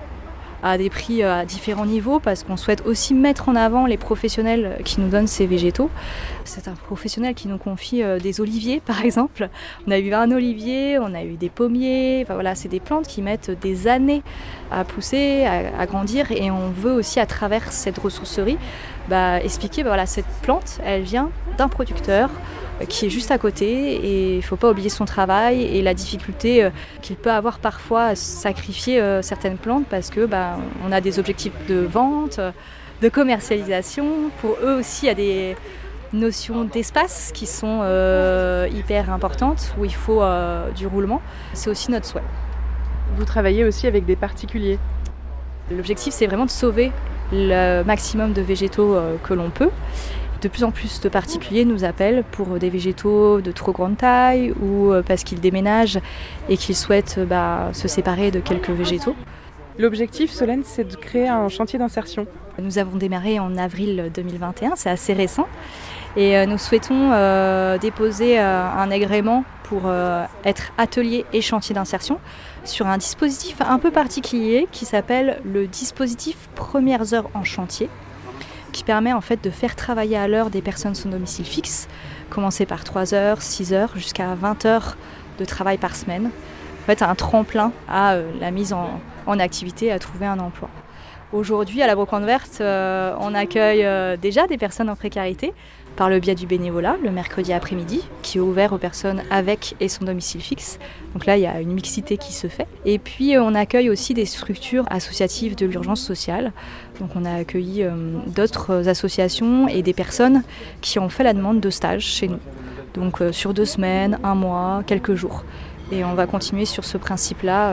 à des prix à différents niveaux parce qu'on souhaite aussi mettre en avant les professionnels qui nous donnent ces végétaux. C'est un professionnel qui nous confie des oliviers par exemple. On a eu un olivier, on a eu des pommiers. Enfin, voilà, c'est des plantes qui mettent des années à pousser, à grandir et on veut aussi à travers cette ressourcerie expliquer voilà, cette plante elle vient d'un producteur qui est juste à côté et il ne faut pas oublier son travail et la difficulté qu'il peut avoir parfois à sacrifier certaines plantes parce que on a des objectifs de vente, de commercialisation. Pour eux aussi, il y a des notions d'espace qui sont hyper importantes où il faut du roulement. C'est aussi notre souhait. Vous travaillez aussi avec des particuliers. L'objectif, c'est vraiment de sauver le maximum de végétaux que l'on peut. De plus en plus de particuliers nous appellent pour des végétaux de trop grande taille ou parce qu'ils déménagent et qu'ils souhaitent se séparer de quelques végétaux. L'objectif, Solène, c'est de créer un chantier d'insertion. Nous avons démarré en avril 2021, c'est assez récent. Et nous souhaitons déposer un agrément pour être atelier et chantier d'insertion sur un dispositif un peu particulier qui s'appelle le dispositif Premières heures en chantier, qui permet en fait de faire travailler à l'heure des personnes sans domicile fixe, commencer par 3 heures, 6 heures, jusqu'à 20 heures de travail par semaine. En fait, un tremplin à la mise en activité, à trouver un emploi. Aujourd'hui, à la Brocante Verte, on accueille déjà des personnes en précarité par le biais du bénévolat, le mercredi après-midi, qui est ouvert aux personnes avec et sans domicile fixe. Donc là, il y a une mixité qui se fait. Et puis, on accueille aussi des structures associatives de l'urgence sociale. Donc on a accueilli d'autres associations et des personnes qui ont fait la demande de stage chez nous. Donc sur 2 semaines, 1 mois, quelques jours. Et on va continuer sur ce principe-là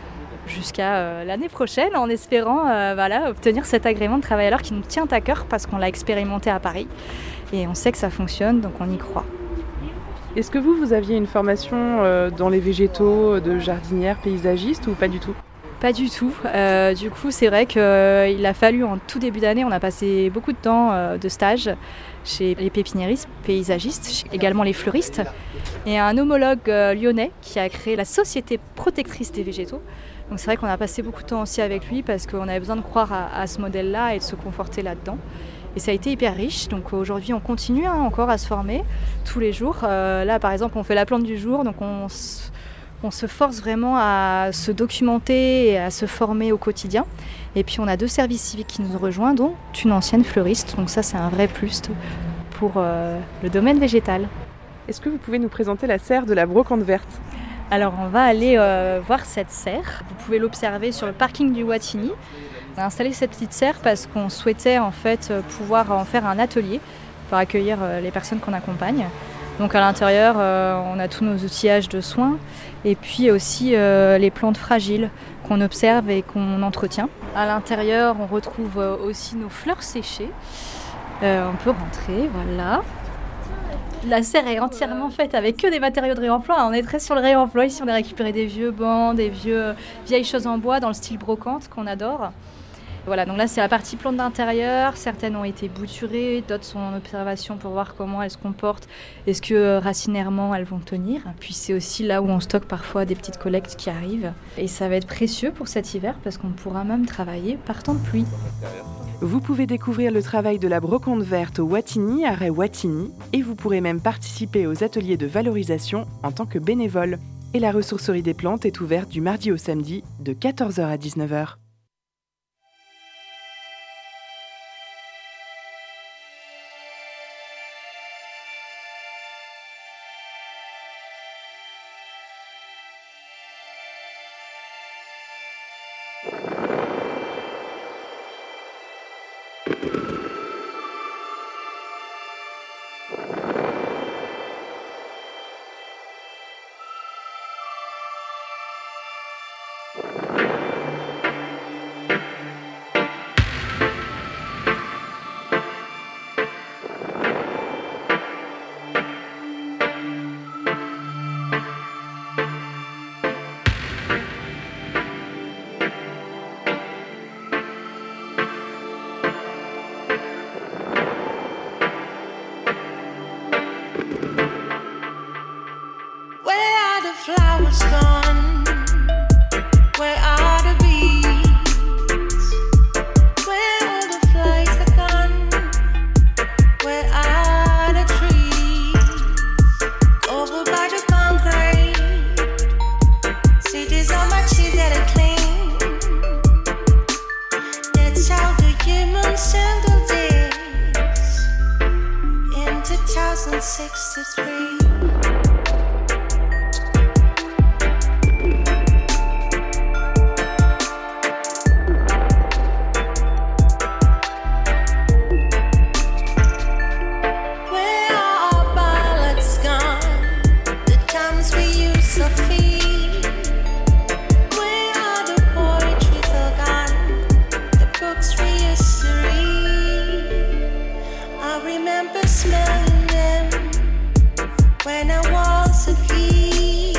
jusqu'à l'année prochaine en espérant obtenir cet agrément de travail à l'heure qui nous tient à cœur parce qu'on l'a expérimenté à Paris et on sait que ça fonctionne, donc on y croit. Est-ce que vous aviez une formation dans les végétaux de jardinière paysagiste ou pas du tout ? Pas du tout. Du coup, c'est vrai qu'il a fallu en tout début d'année, on a passé beaucoup de temps de stage chez les pépiniéristes, paysagistes, également les fleuristes, et un homologue lyonnais qui a créé la Société protectrice des végétaux. Donc c'est vrai qu'on a passé beaucoup de temps aussi avec lui parce qu'on avait besoin de croire à ce modèle-là et de se conforter là-dedans. Et ça a été hyper riche. Donc aujourd'hui, on continue encore à se former tous les jours. Là, par exemple, on fait la plante du jour, donc on se force vraiment à se documenter et à se former au quotidien. Et puis on a 2 services civiques qui nous rejoignent, dont une ancienne fleuriste. Donc ça, c'est un vrai plus pour le domaine végétal. Est-ce que vous pouvez nous présenter la serre de la Brocante Verte ? Alors on va aller voir cette serre. Vous pouvez l'observer sur le parking du Wattignies. On a installé cette petite serre parce qu'on souhaitait en fait pouvoir en faire un atelier pour accueillir les personnes qu'on accompagne. Donc à l'intérieur, on a tous nos outillages de soins et puis aussi les plantes fragiles qu'on observe et qu'on entretient. À l'intérieur, on retrouve aussi nos fleurs séchées. On peut rentrer, voilà. La serre est entièrement faite avec que des matériaux de réemploi. On est très sur le réemploi. Ici, on a récupéré des vieux bancs, des vieilles choses en bois dans le style brocante qu'on adore. Voilà, donc là, c'est la partie plante d'intérieur. Certaines ont été bouturées, d'autres sont en observation pour voir comment elles se comportent. Est-ce que racinairement, elles vont tenir ? Puis c'est aussi là où on stocke parfois des petites collectes qui arrivent. Et ça va être précieux pour cet hiver parce qu'on pourra même travailler par temps de pluie. Vous pouvez découvrir le travail de la Brocante Verte au Wattignies, arrêt Wattignies, et vous pourrez même participer aux ateliers de valorisation en tant que bénévole. Et la ressourcerie des plantes est ouverte du mardi au samedi de 14h à 19h. Where are the flowers gone? Where are the bees? Where all the flies are gone? Where are the trees? Over by the concrete, cities are much easier to clean. That's how the humans handle this in 2063. Where are our ballads gone? The times we used to feed. Where are the poetries all gone? The books we used to read. I remember smelling them when I was a kid.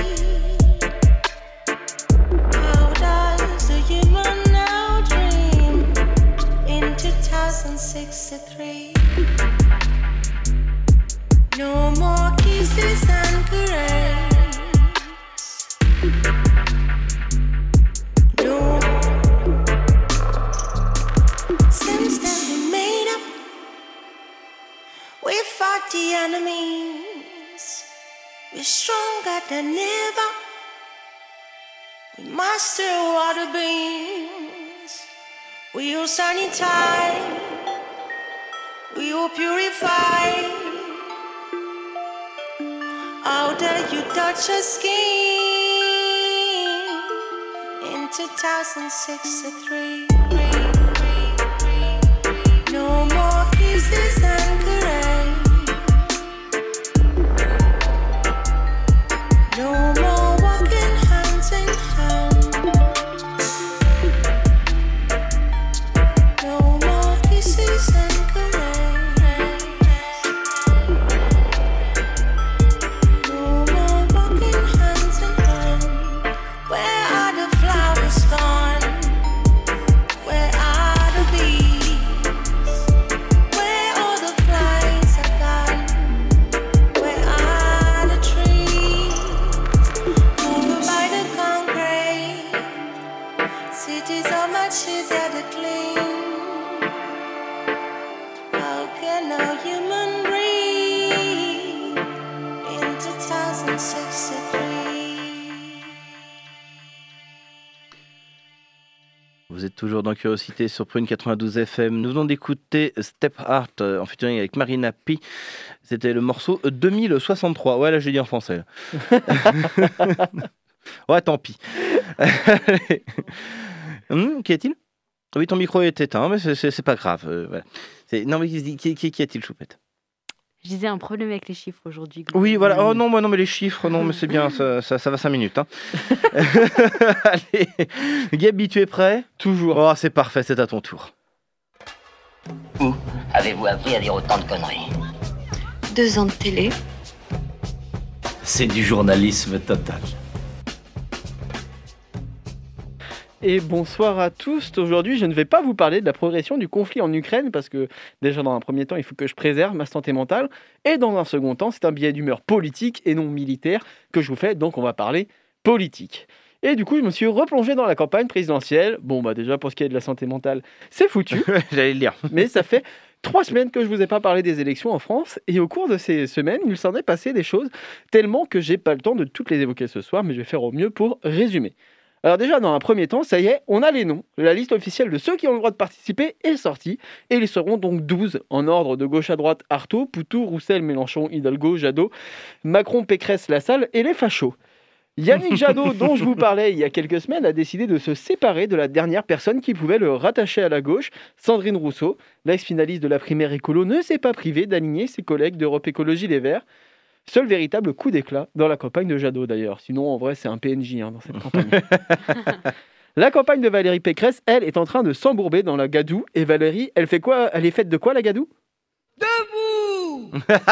How does the human now dream in 2063? No more kisses and caresses. No. Since then we made up. We fought the enemies. We're stronger than ever. We master water beams. We will sanitize. We will purify. How dare you touch your skin in 2063? No more kisses and caresses. No more walking hands in hand. No more kisses and caresses. No more walking hands in hand. Where are the flowers gone? Where are the bees? Where all the flies are gone? Where are the trees? Over by the concrete, cities are much easier to clean. How can a human breathe in 2063? Vous êtes toujours dans Curiosité sur Prune 92 FM. Nous venons d'écouter Step Art en featuring avec Marina P. C'était le morceau 2063. Ouais, là, je l'ai dit en français. Là. Ouais, tant pis. Qui est-il? Oui, ton micro est éteint, mais c'est pas grave. Voilà. Non, mais qui est-il, Choupette? Je disais un problème avec les chiffres aujourd'hui. Oui, voilà. Oh non, non, mais les chiffres, non, mais c'est bien, ça va 5 minutes. Hein. Allez, Gabi, tu es prêt? Toujours. Oh, c'est parfait, c'est à ton tour. Où avez-vous appris à dire autant de conneries? 2 ans de télé. C'est du journalisme total. Et bonsoir à tous. Aujourd'hui, je ne vais pas vous parler de la progression du conflit en Ukraine parce que déjà dans un premier temps, il faut que je préserve ma santé mentale et dans un second temps, c'est un billet d'humeur politique et non militaire que je vous fais, donc on va parler politique. Et du coup, je me suis replongé dans la campagne présidentielle. Bon, bah déjà, pour ce qui est de la santé mentale, c'est foutu. J'allais le dire. Mais ça fait 3 semaines que je ne vous ai pas parlé des élections en France. Et au cours de ces semaines, il s'en est passé des choses tellement que j'ai pas le temps de toutes les évoquer ce soir, mais je vais faire au mieux pour résumer. Alors déjà, dans un premier temps, ça y est, on a les noms. La liste officielle de ceux qui ont le droit de participer est sortie. Et ils seront donc 12, en ordre de gauche à droite, Artaud, Poutou, Roussel, Mélenchon, Hidalgo, Jadot, Macron, Pécresse, Lassalle et les fachos. Yannick Jadot, dont je vous parlais il y a quelques semaines, a décidé de se séparer de la dernière personne qui pouvait le rattacher à la gauche, Sandrine Rousseau. L'ex-finaliste de la primaire écolo ne s'est pas privé d'aligner ses collègues d'Europe Écologie Les Verts. Seul véritable coup d'éclat dans la campagne de Jadot d'ailleurs. Sinon, en vrai, c'est un PNJ dans cette campagne. La campagne de Valérie Pécresse, elle, est en train de s'embourber dans la gadoue. Et Valérie, elle fait quoi? Elle est faite de quoi, la gadoue? Debout.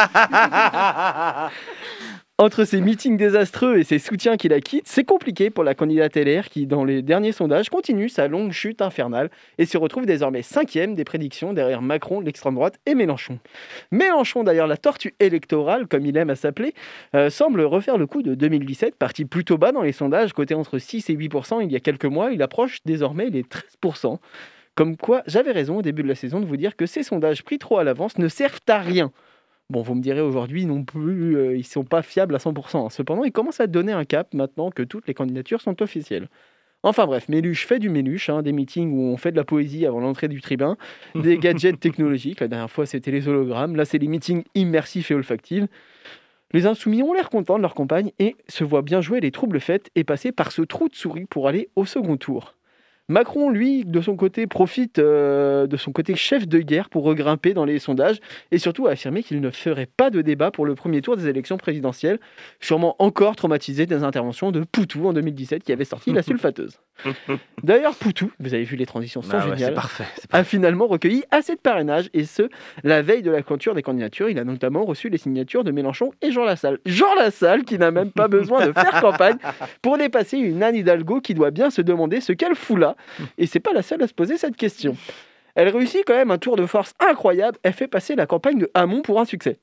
Entre ses meetings désastreux et ses soutiens qui la quittent, c'est compliqué pour la candidate LR qui, dans les derniers sondages, continue sa longue chute infernale et se retrouve désormais 5e des prédictions derrière Macron, l'extrême droite et Mélenchon. Mélenchon, d'ailleurs, la tortue électorale, comme il aime à s'appeler, semble refaire le coup de 2017, parti plutôt bas dans les sondages, coté entre 6 et 8% il y a quelques mois, il approche désormais les 13%. Comme quoi, j'avais raison au début de la saison de vous dire que ces sondages pris trop à l'avance ne servent à rien. Bon, vous me direz aujourd'hui non plus, ils ne sont pas fiables à 100%. Cependant, ils commencent à donner un cap maintenant que toutes les candidatures sont officielles. Enfin bref, Méluche fait du Méluche, des meetings où on fait de la poésie avant l'entrée du tribun, des gadgets technologiques, la dernière fois c'était les hologrammes, là c'est les meetings immersifs et olfactifs. Les insoumis ont l'air contents de leur campagne et se voient bien jouer les troubles faits et passer par ce trou de souris pour aller au second tour. Macron, lui, de son côté, profite de son côté chef de guerre pour regrimper dans les sondages et surtout affirmer qu'il ne ferait pas de débat pour le premier tour des élections présidentielles, sûrement encore traumatisé des interventions de Poutou en 2017 qui avait sorti la sulfateuse. D'ailleurs, Poutou, vous avez vu les transitions sont géniales, c'est parfait. a finalement recueilli assez de parrainage et ce, la veille de la clôture des candidatures, il a notamment reçu les signatures de Mélenchon et Jean Lassalle. Jean Lassalle qui n'a même pas besoin de faire campagne pour dépasser une Anne Hidalgo qui doit bien se demander ce qu'elle fout là. Et c'est pas la seule à se poser cette question. Elle réussit quand même un tour de force incroyable. Elle fait passer la campagne de Hamon pour un succès.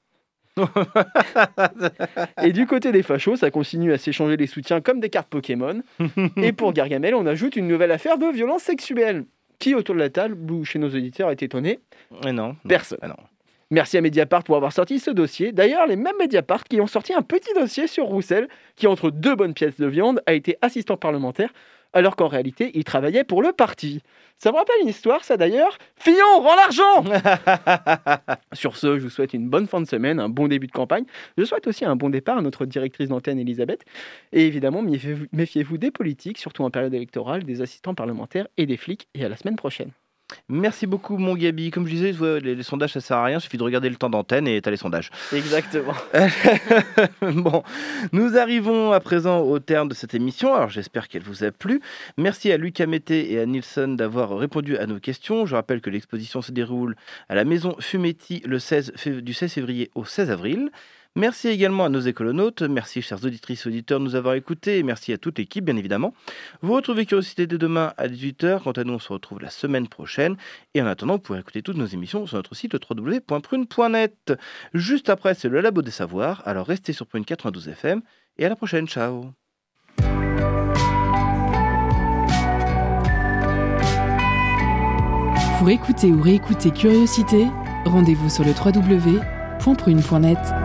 Et du côté des fachos, ça continue à s'échanger les soutiens comme des cartes Pokémon. Et pour Gargamel, on ajoute une nouvelle affaire de violence sexuelle. Qui autour de la table ou chez nos auditeurs est étonné? Non. Personne. Non. Merci à Mediapart pour avoir sorti ce dossier. D'ailleurs, les mêmes Mediapart qui ont sorti un petit dossier sur Roussel, qui entre deux bonnes pièces de viande a été assistant parlementaire, alors qu'en réalité, il travaillait pour le parti. Ça me rappelle une histoire, ça d'ailleurs. Fillon, rends l'argent. Sur ce, je vous souhaite une bonne fin de semaine, un bon début de campagne. Je souhaite aussi un bon départ à notre directrice d'antenne, Elisabeth. Et évidemment, méfiez-vous des politiques, surtout en période électorale, des assistants parlementaires et des flics. Et à la semaine prochaine. Merci beaucoup, mon Gabi. Comme je disais, les sondages, ça sert à rien. Il suffit de regarder le temps d'antenne et t'as les sondages. Exactement. Bon, nous arrivons à présent au terme de cette émission. Alors, j'espère qu'elle vous a plu. Merci à Lucas Mété et à Nilsson d'avoir répondu à nos questions. Je rappelle que l'exposition se déroule à la Maison Fumetti du 16 février au 16 avril. Merci également à nos écolonautes, merci chers auditrices et auditeurs de nous avoir écoutés et merci à toute l'équipe bien évidemment. Vous retrouvez Curiosité dès demain à 18h, quant à nous on se retrouve la semaine prochaine et en attendant vous pouvez écouter toutes nos émissions sur notre site www.prune.net. Juste après c'est le Labo des Savoirs, alors restez sur Prune 92 FM et à la prochaine, ciao. Pour écouter ou réécouter Curiosité, rendez-vous sur le www.prune.net.